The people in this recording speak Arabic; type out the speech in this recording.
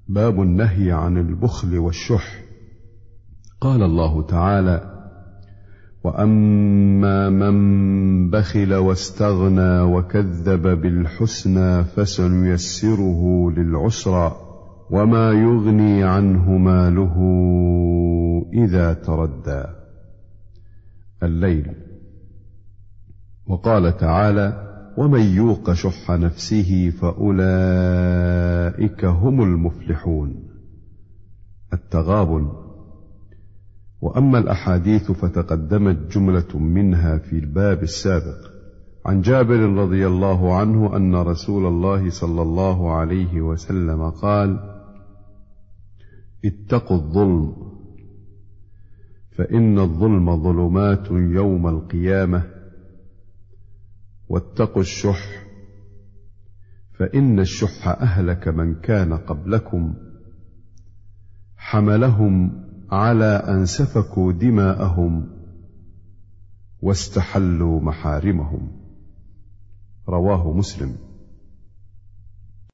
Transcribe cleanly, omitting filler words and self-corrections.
باب النهي عن البخل والشح. قال الله تعالى: وأما من بخل واستغنى وكذب بالحسنى فسنيسره للعسرى وما يغني عنه ماله إذا تردى. الليل. وقال تعالى: ومن يوق شح نفسه فأولئك هم المفلحون. التغابن. وأما الأحاديث فتقدمت جملة منها في الباب السابق. عن جابر رضي الله عنه أن رسول الله صلى الله عليه وسلم قال: اتقوا الظلم فإن الظلم ظلمات يوم القيامة، واتقوا الشح فإن الشح أهلك من كان قبلكم، حملهم على أن سفكوا دماءهم واستحلوا محارمهم. رواه مسلم.